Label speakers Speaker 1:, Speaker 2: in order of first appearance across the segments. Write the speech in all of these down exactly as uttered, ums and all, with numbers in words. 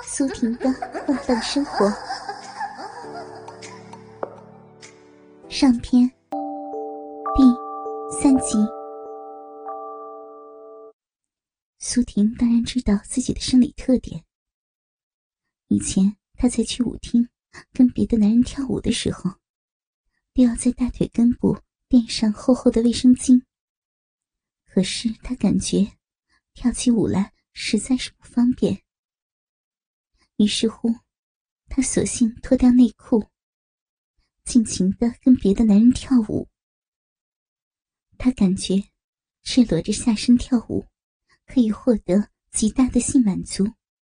Speaker 1: 苏婷的放荡生活上篇第三集。苏婷当然知道自己的生理特点。以前她在去舞厅跟别的男人跳舞的时候，都要在大腿根部垫上厚厚的卫生巾。可是她感觉跳起舞来实在是不方便，于是乎她索性脱掉内裤，尽情地跟别的男人跳舞。她感觉赤裸着下身跳舞可以获得极大的性满足。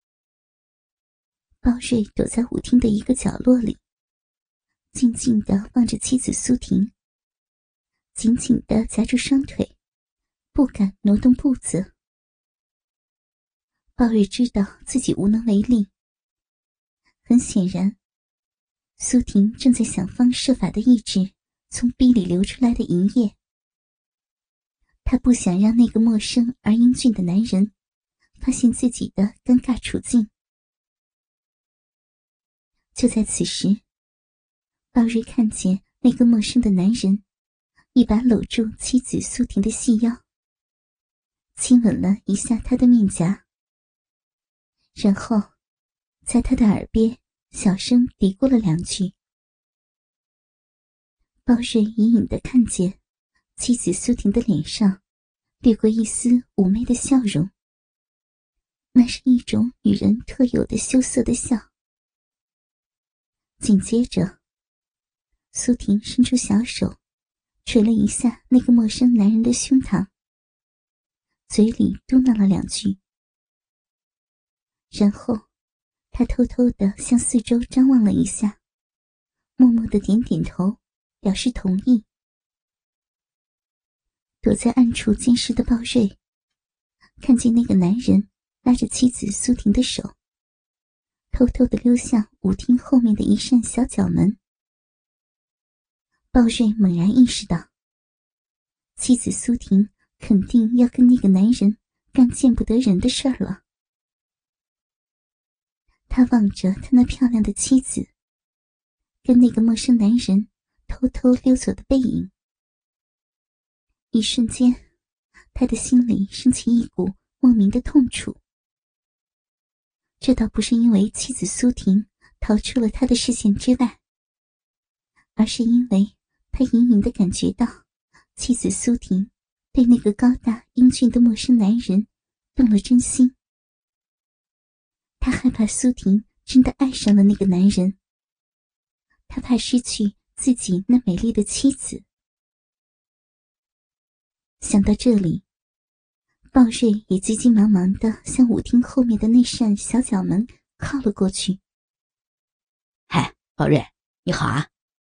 Speaker 1: 包瑞躲在舞厅的一个角落里，静静地望着妻子苏婷，紧紧地夹住双腿，不敢挪动步子。鲍瑞知道自己无能为力，很显然苏婷正在想方设法地抑制从逼里流出来的淫液。她不想让那个陌生而英俊的男人发现自己的尴尬处境。就在此时，鲍瑞看见那个陌生的男人一把搂住妻子苏婷的细腰，亲吻了一下她的面颊，然后在她的耳边小声嘀咕了两句。鲍瑞隐隐地看见妻子苏婷的脸上掠过一丝妩媚的笑容，那是一种女人特有的羞涩的笑。紧接着，苏婷伸出小手捶了一下那个陌生男人的胸膛，嘴里嘟囔了两句，然后她偷偷地向四周张望了一下，默默地点点头表示同意。躲在暗处监视的鲍瑞看见那个男人拉着妻子苏婷的手，偷偷地溜向舞厅后面的一扇小角门。鲍瑞猛然意识到，妻子苏婷肯定要跟那个男人干见不得人的事儿了。他望着他那漂亮的妻子跟那个陌生男人偷偷溜走的背影，一瞬间他的心里升起一股莫名的痛楚。这倒不是因为妻子苏婷逃出了他的视线之外，而是因为他隐隐地感觉到妻子苏婷对那个高大英俊的陌生男人动了真心。他害怕苏婷真的爱上了那个男人，他怕失去自己那美丽的妻子。想到这里，鲍瑞也急急忙忙地向舞厅后面的那扇小角门靠了过去。
Speaker 2: 嗨，鲍瑞，你好啊。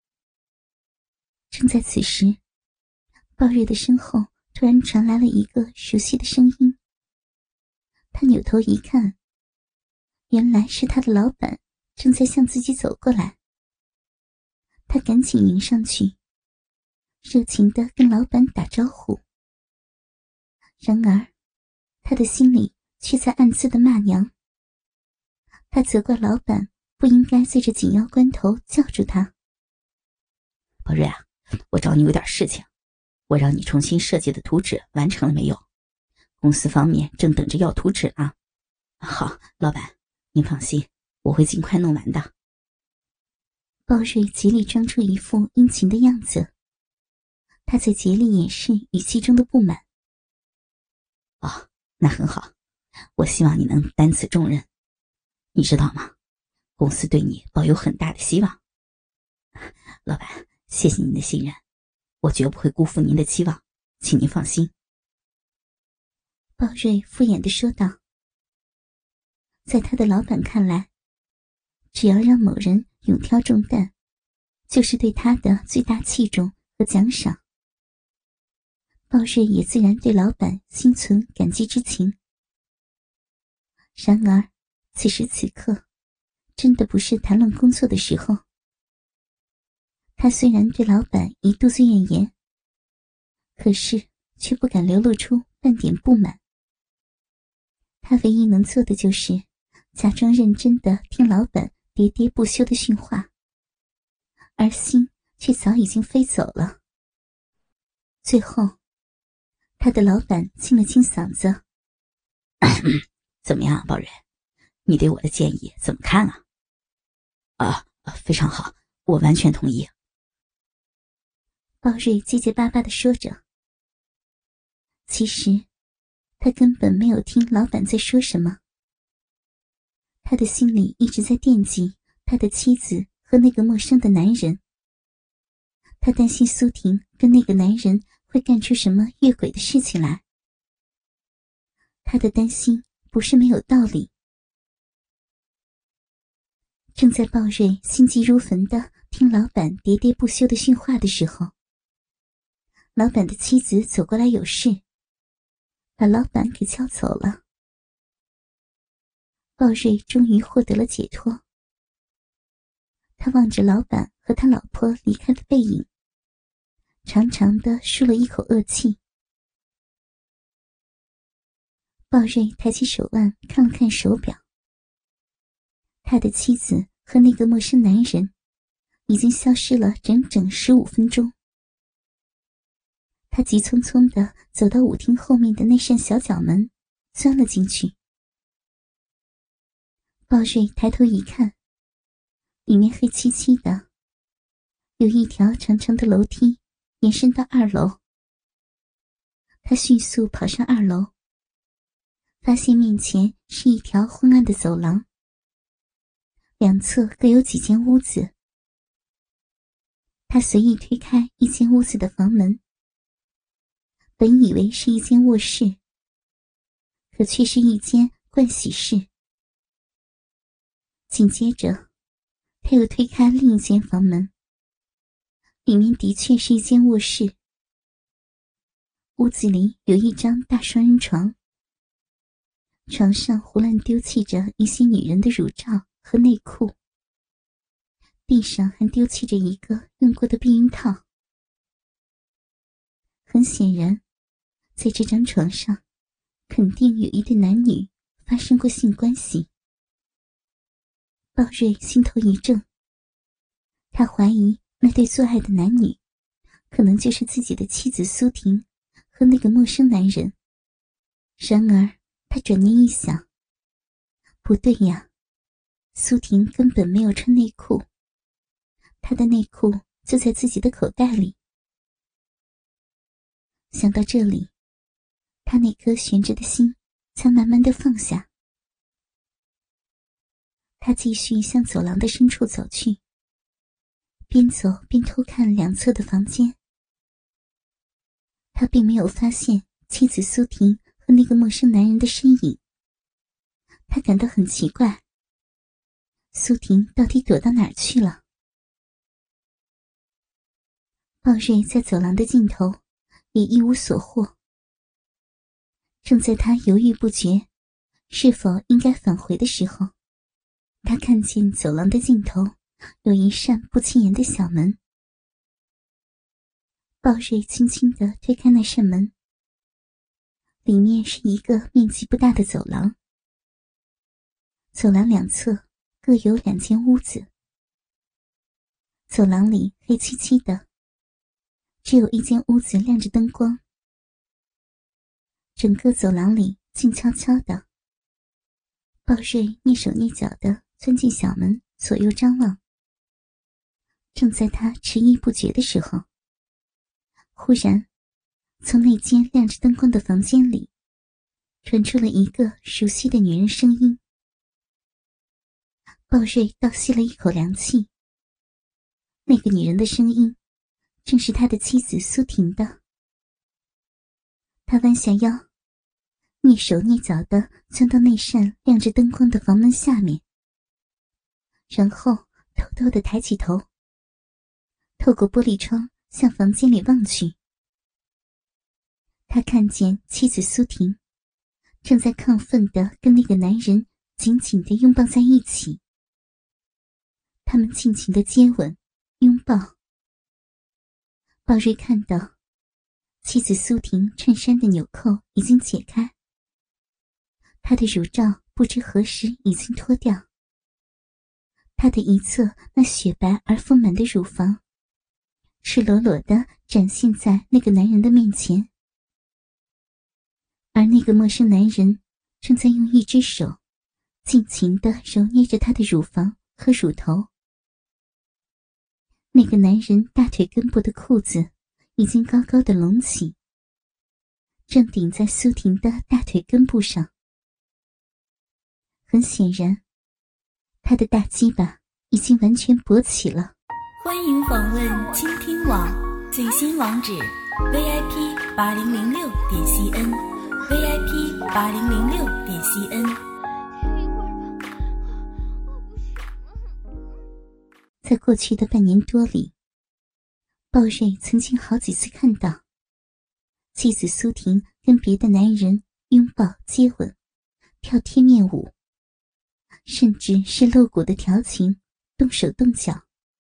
Speaker 1: 正在此时，鲍瑞的身后突然传来了一个熟悉的声音。他扭头一看，原来是他的老板正在向自己走过来。他赶紧迎上去，热情地跟老板打招呼。然而他的心里却在暗自的骂娘。他责怪老板不应该在这紧要关头叫住他。
Speaker 2: 鲍瑞啊，我找你有点事情，我让你重新设计的图纸完成了没有？公司方面正等着要图纸呢。好，老板，您放心，我会尽快弄完的。
Speaker 1: 鲍瑞极力装出一副殷勤的样子，他在竭力掩饰语气中的不满。
Speaker 2: 哦，那很好，我希望你能担此重任。你知道吗？公司对你抱有很大的希望。老板，谢谢您的信任，我绝不会辜负您的期望，请您放心。
Speaker 1: 鲍瑞敷衍地说道。在他的老板看来，只要让某人勇挑重担，就是对他的最大器重和奖赏。鲍瑞也自然对老板心存感激之情。然而此时此刻真的不是谈论工作的时候。他虽然对老板一肚子怨言，可是却不敢流露出半点不满。他唯一能做的就是假装认真地听老板喋喋不休的训话，而心却早已经飞走了。最后，他的老板清了清嗓子：“
Speaker 2: 怎么样，鲍瑞？你对我的建议怎么看啊？”“啊，非常好，我完全同意。”
Speaker 1: 鲍瑞结结巴巴地说着。其实，他根本没有听老板在说什么。他的心里一直在惦记他的妻子和那个陌生的男人。他担心苏婷跟那个男人会干出什么越轨的事情来。他的担心不是没有道理。正在鲍瑞心急如焚地听老板喋喋不休的训话的时候，老板的妻子走过来有事，把老板给叫走了。鲍瑞终于获得了解脱。他望着老板和他老婆离开的背影，长长的舒了一口恶气。鲍瑞抬起手腕看了看手表，他的妻子和那个陌生男人已经消失了整整十五分钟。他急匆匆地走到舞厅后面的那扇小角门，钻了进去。鲍瑞抬头一看，里面黑漆漆的，有一条长长的楼梯延伸到二楼。他迅速跑上二楼，发现面前是一条昏暗的走廊，两侧各有几间屋子。他随意推开一间屋子的房门，本以为是一间卧室，可却是一间盥洗室。紧接着，他又推开另一间房门，里面的确是一间卧室。屋子里有一张大双人床，床上胡乱丢弃着一些女人的乳罩和内裤，地上还丢弃着一个用过的避孕套。很显然，在这张床上肯定有一对男女发生过性关系。鲍瑞心头一怔，他怀疑那对做爱的男女可能就是自己的妻子苏婷和那个陌生男人。然而他转念一想，不对呀，苏婷根本没有穿内裤，她的内裤就在自己的口袋里。想到这里，他那颗悬着的心才慢慢地放下。他继续向走廊的深处走去，边走边偷看两侧的房间。他并没有发现妻子苏婷和那个陌生男人的身影。他感到很奇怪，苏婷到底躲到哪儿去了？鲍瑞在走廊的尽头也一无所获。正在他犹豫不决是否应该返回的时候，他看见走廊的尽头有一扇不起眼的小门。鲍瑞轻轻地推开那扇门，里面是一个面积不大的走廊。走廊两侧各有两间屋子。走廊里黑漆漆的，只有一间屋子亮着灯光。整个走廊里静悄悄的。鲍瑞蹑手蹑脚地钻进小门，左右张望。正在他迟疑不决的时候，忽然从那间亮着灯光的房间里传出了一个熟悉的女人声音。鲍瑞倒吸了一口凉气，那个女人的声音正是他的妻子苏婷的。他弯下腰，蹑手蹑脚地钻到那扇亮着灯光的房门下面，然后偷偷地抬起头，透过玻璃窗向房间里望去。他看见妻子苏婷正在亢奋地跟那个男人紧紧地拥抱在一起，他们尽情地接吻拥抱。鲍瑞看到妻子苏婷衬衫的纽扣已经解开，她的乳罩不知何时已经脱掉，她的一侧那雪白而丰满的乳房赤裸裸地展现在那个男人的面前，而那个陌生男人正在用一只手尽情地揉捏着她的乳房和乳头。那个男人大腿根部的裤子已经高高的隆起，正顶在苏婷的大腿根部上。很显然，他的大鸡巴已经完全勃起了。
Speaker 3: 欢迎访问倾听网，最新网址 v i p 八零零六点 c n v i p 八零零六点 c n。
Speaker 1: 在过去的半年多里，鲍瑞曾经好几次看到妻子苏婷跟别的男人拥抱接吻，跳贴面舞，甚至是露骨的调情，动手动脚。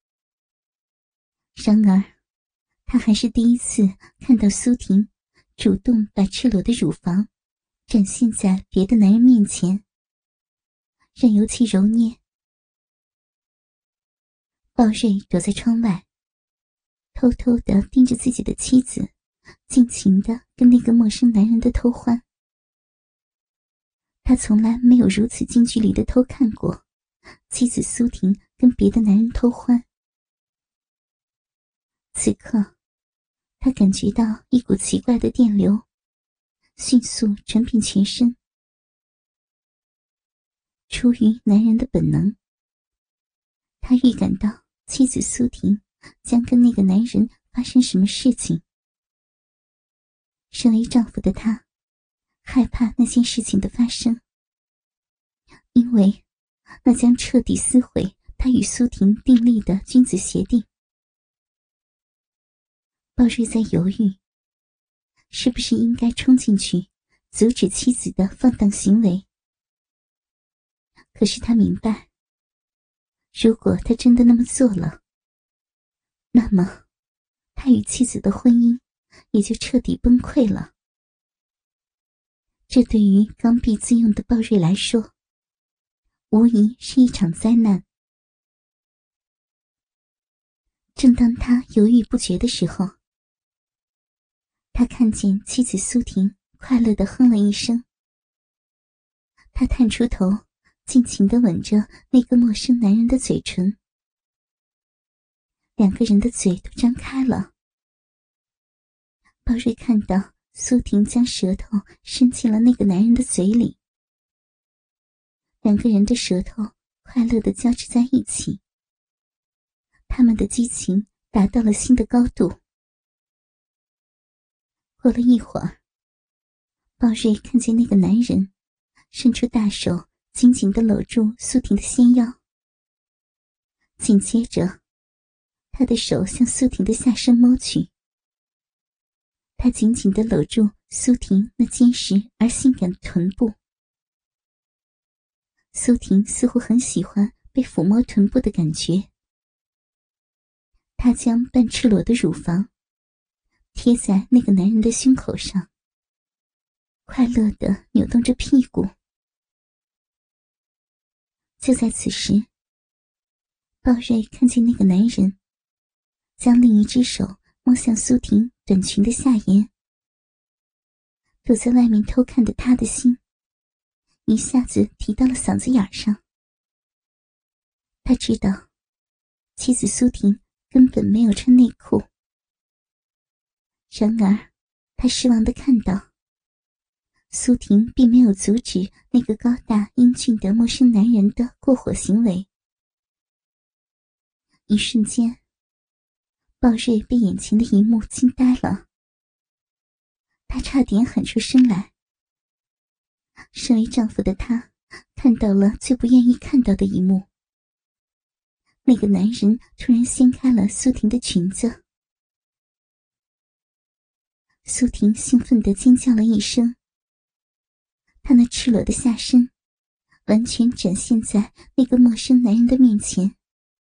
Speaker 1: 然而他还是第一次看到苏婷主动把赤裸的乳房展现在别的男人面前，任由其揉捏。鲍瑞躲在窗外，偷偷地盯着自己的妻子尽情地跟那个陌生男人的偷欢。他从来没有如此近距离地偷看过妻子苏婷跟别的男人偷欢。此刻他感觉到一股奇怪的电流迅速传遍全身。出于男人的本能，他预感到妻子苏婷将跟那个男人发生什么事情。身为丈夫的他害怕那件事情的发生，因为那将彻底撕毁他与苏婷订立的君子协定。鲍瑞在犹豫，是不是应该冲进去阻止妻子的放荡行为。可是他明白，如果他真的那么做了，那么他与妻子的婚姻也就彻底崩溃了。这对于刚愎自用的鲍瑞来说，无疑是一场灾难。正当他犹豫不决的时候，他看见妻子苏婷快乐地哼了一声。他探出头，尽情地吻着那个陌生男人的嘴唇。两个人的嘴都张开了。鲍瑞看到苏婷将舌头伸进了那个男人的嘴里，两个人的舌头快乐地交织在一起，他们的激情达到了新的高度。过了一会儿，鲍瑞看见那个男人伸出大手紧紧地搂住苏婷的纤腰，紧接着他的手向苏婷的下身摸去。他紧紧地搂住苏婷那坚实而性感的臀部。苏婷似乎很喜欢被抚摸臀部的感觉，她将半赤裸的乳房贴在那个男人的胸口上，快乐地扭动着屁股。就在此时，鲍瑞看见那个男人将另一只手摸向苏婷短裙的下沿。躲在外面偷看的他的心一下子提到了嗓子眼上。他知道妻子苏婷根本没有穿内裤，然而他失望地看到苏婷并没有阻止那个高大英俊的陌生男人的过火行为。一瞬间，鲍瑞被眼前的一幕惊呆了，他差点喊出声来。身为丈夫的他看到了最不愿意看到的一幕，那个男人突然掀开了苏婷的裙子。苏婷兴奋地尖叫了一声，她那赤裸的下身完全展现在那个陌生男人的面前。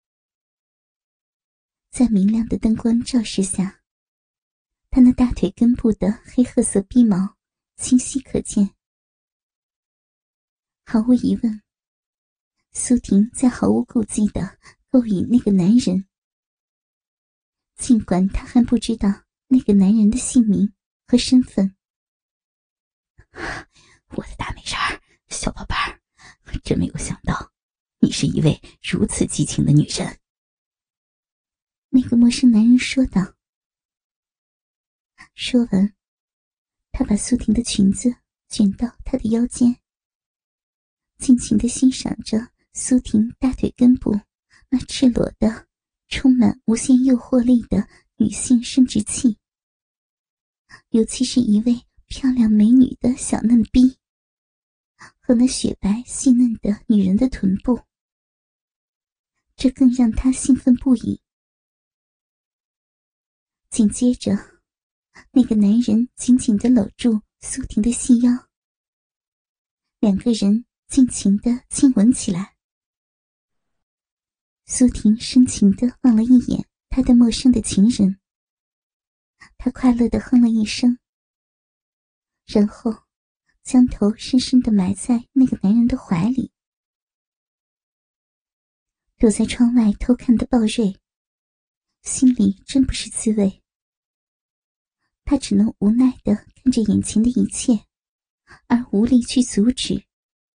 Speaker 1: 在明亮的灯光照射下，她那大腿根部的黑褐色逼毛清晰可见。 毫无疑问，苏婷在毫无顾忌地勾引那个男人。尽管她还不知道那个男人的姓名和身份。
Speaker 2: 我的大美人儿，小宝贝儿，真没有想到你是一位如此激情的女人。
Speaker 1: 那个陌生男人说道。说完，他把苏婷的裙子卷到她的腰间，尽情地欣赏着苏婷大腿根部那赤裸的充满无限诱惑力的女性生殖器，尤其是一位漂亮美女的小嫩逼和那雪白细嫩的女人的臀部，这更让他兴奋不已。紧接着，那个男人紧紧地搂住苏婷的细腰，两个人尽情地亲吻起来。苏婷深情地望了一眼他的陌生的情人，她快乐地哼了一声，然后将头深深地埋在那个男人的怀里。躲在窗外偷看的鲍瑞心里真不是滋味，他只能无奈地看着眼前的一切，而无力去阻止。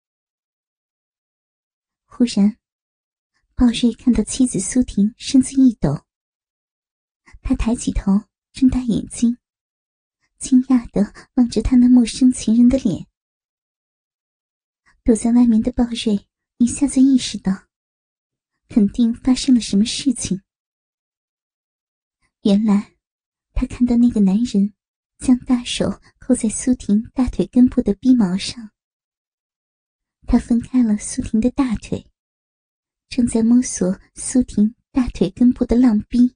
Speaker 1: 忽然，鲍瑞看到妻子苏婷身子一抖，他抬起头，睁大眼睛，惊讶地望着他那陌生情人的脸。躲在外面的鲍瑞一下子意识到，肯定发生了什么事情。原来，他看到那个男人将大手扣在苏婷大腿根部的逼毛上，他分开了苏婷的大腿，正在摸索苏婷大腿根部的浪逼。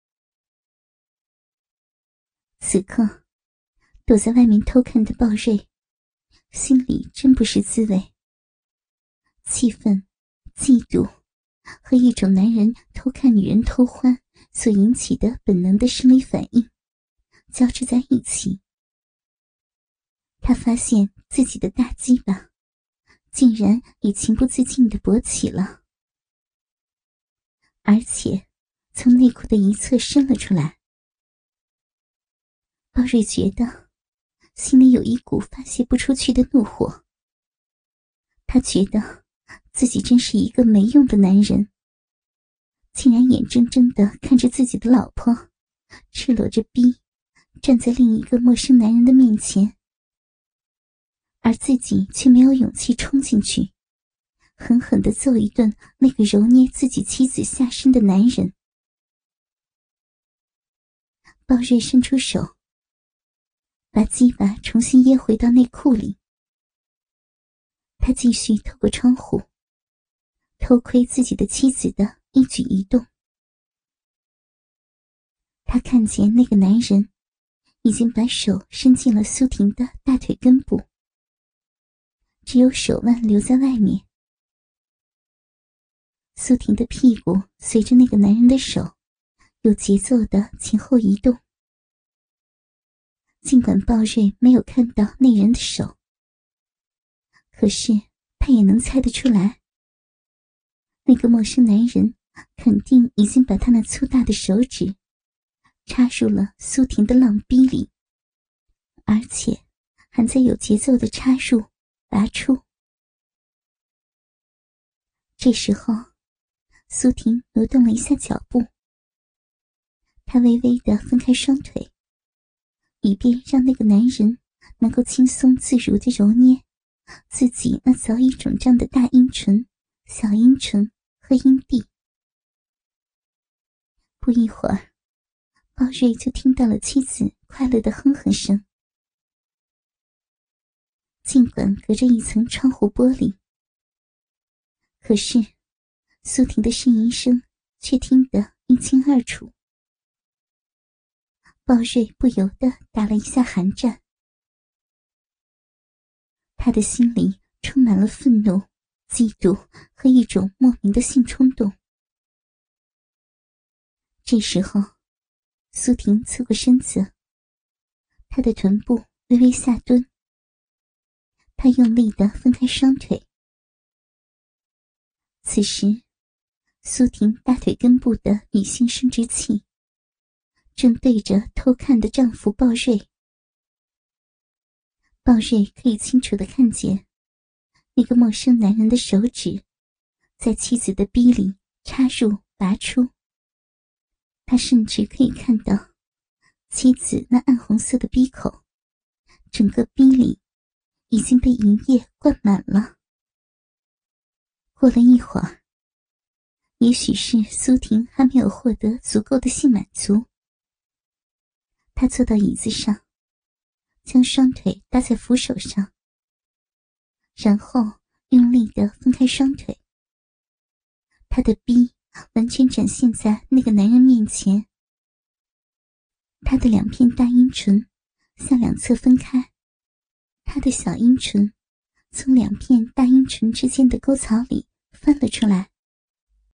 Speaker 1: 此刻，躲在外面偷看的鲍瑞心里真不是滋味，气愤、嫉妒和一种男人偷看女人偷欢所引起的本能的生理反应交织在一起。他发现自己的大鸡巴竟然也情不自禁地勃起了，而且从内裤的一侧伸了出来。鲍瑞觉得心里有一股发泄不出去的怒火，他觉得自己真是一个没用的男人，竟然眼睁睁地看着自己的老婆赤裸着逼站在另一个陌生男人的面前，而自己却没有勇气冲进去狠狠地揍一顿那个揉捏自己妻子下身的男人。鲍瑞伸出手，把鸡巴重新掖回到内裤里。他继续透过窗户偷窥自己的妻子的一举一动。他看见那个男人已经把手伸进了苏婷的大腿根部，只有手腕留在外面。苏婷的屁股随着那个男人的手有节奏地前后移动。尽管鲍瑞没有看到那人的手，可是他也能猜得出来，那个陌生男人肯定已经把他那粗大的手指插入了苏婷的浪逼里，而且还在有节奏地插入拔出。这时候，苏婷挪动了一下脚步，她微微地分开双腿，以便让那个男人能够轻松自如地揉捏自己那早已肿胀的大阴唇、小阴唇和阴蒂。不一会儿，鲍瑞就听到了妻子快乐的哼哼声。尽管隔着一层窗户玻璃，可是苏婷的呻吟声却听得一清二楚。鲍瑞不由得打了一下寒战，他的心里充满了愤怒、嫉妒和一种莫名的性冲动。这时候，苏婷侧过身子，她的臀部微微下蹲，她用力地分开双腿， 此时苏婷大腿根部的女性生殖器正对着偷看的丈夫鲍瑞。鲍瑞可以清楚地看见那个陌生男人的手指在妻子的逼里插入拔出，他甚至可以看到妻子那暗红色的逼口，整个逼里已经被银液灌满了。过了一会儿，也许是苏婷还没有获得足够的性满足，她坐到椅子上，将双腿搭在扶手上，然后用力地分开双腿。她的逼完全展现在那个男人面前，她的两片大阴唇向两侧分开，她的小阴唇从两片大阴唇之间的沟槽里翻了出来。